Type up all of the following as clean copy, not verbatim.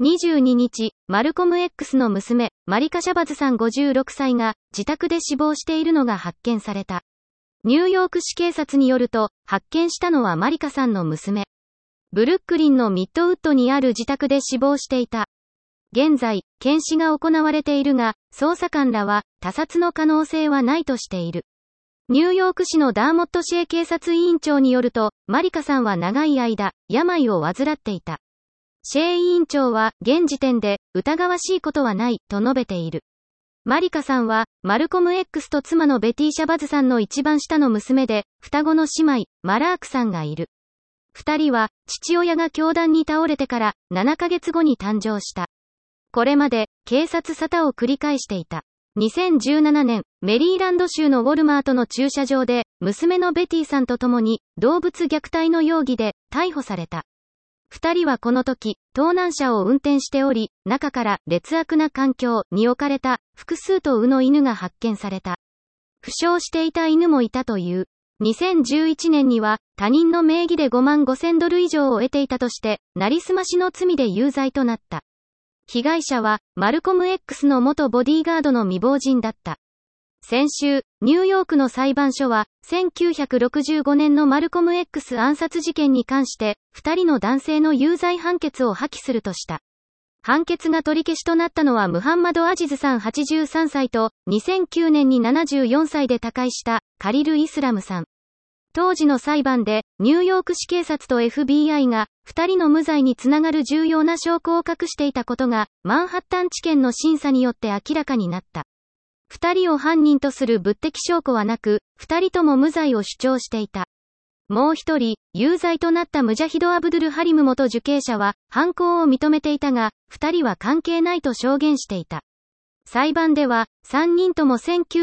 22日、マルコム X の娘、マリカ・シャバズさん56歳が自宅で死亡しているのが発見された。ニューヨーク市警察によると、発見したのはマリカさんの娘。ブルックリンのミッドウッドにある自宅で死亡していた。現在、検視が行われているが、捜査官らは他殺の可能性はないとしている。ニューヨーク市のダーモット・シェー警察委員長によると、マリカさんは長い間、病を患っていた。シェー委員長は、現時点で、疑わしいことはない、と述べている。マリカさんは、マルコム X と妻のベティ・シャバズさんの一番下の娘で、双子の姉妹、マラークさんがいる。二人は、父親が凶弾に倒れてから、7ヶ月後に誕生した。これまで、警察沙汰を繰り返していた。2017年、メリーランド州のウォルマートの駐車場で、娘のベティさんと共に、動物虐待の容疑で、逮捕された。二人はこの時、盗難車を運転しており、中から劣悪な環境に置かれた複数頭の犬が発見された。負傷していた犬もいたという。2011年には他人の名義で$55,000以上を得ていたとして、なりすましの罪で有罪となった。被害者はマルコム X の元ボディーガードの未亡人だった。先週、ニューヨークの裁判所は、1965年のマルコム X 暗殺事件に関して、2人の男性の有罪判決を破棄するとした。判決が取り消しとなったのはムハンマド・アジズさん83歳と、2009年に74歳で他界したカリル・イスラムさん。当時の裁判で、ニューヨーク市警察と FBI が、2人の無罪につながる重要な証拠を隠していたことが、マンハッタン地検の審査によって明らかになった。二人を犯人とする物的証拠はなく、二人とも無罪を主張していた。もう一人、有罪となったムジャヒド・アブドゥル・ハリム元受刑者は、犯行を認めていたが、二人は関係ないと証言していた。裁判では、三人とも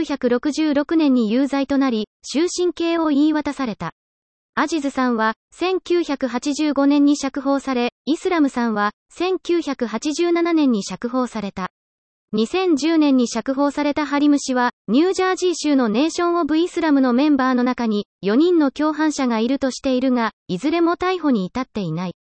1966年に有罪となり、終身刑を言い渡された。アジズさんは、1985年に釈放され、イスラムさんは、1987年に釈放された。2010年に釈放されたハリム氏は、ニュージャージー州のネーション・オブ・イスラムのメンバーの中に4人の共犯者がいるとしているが、いずれも逮捕に至っていない。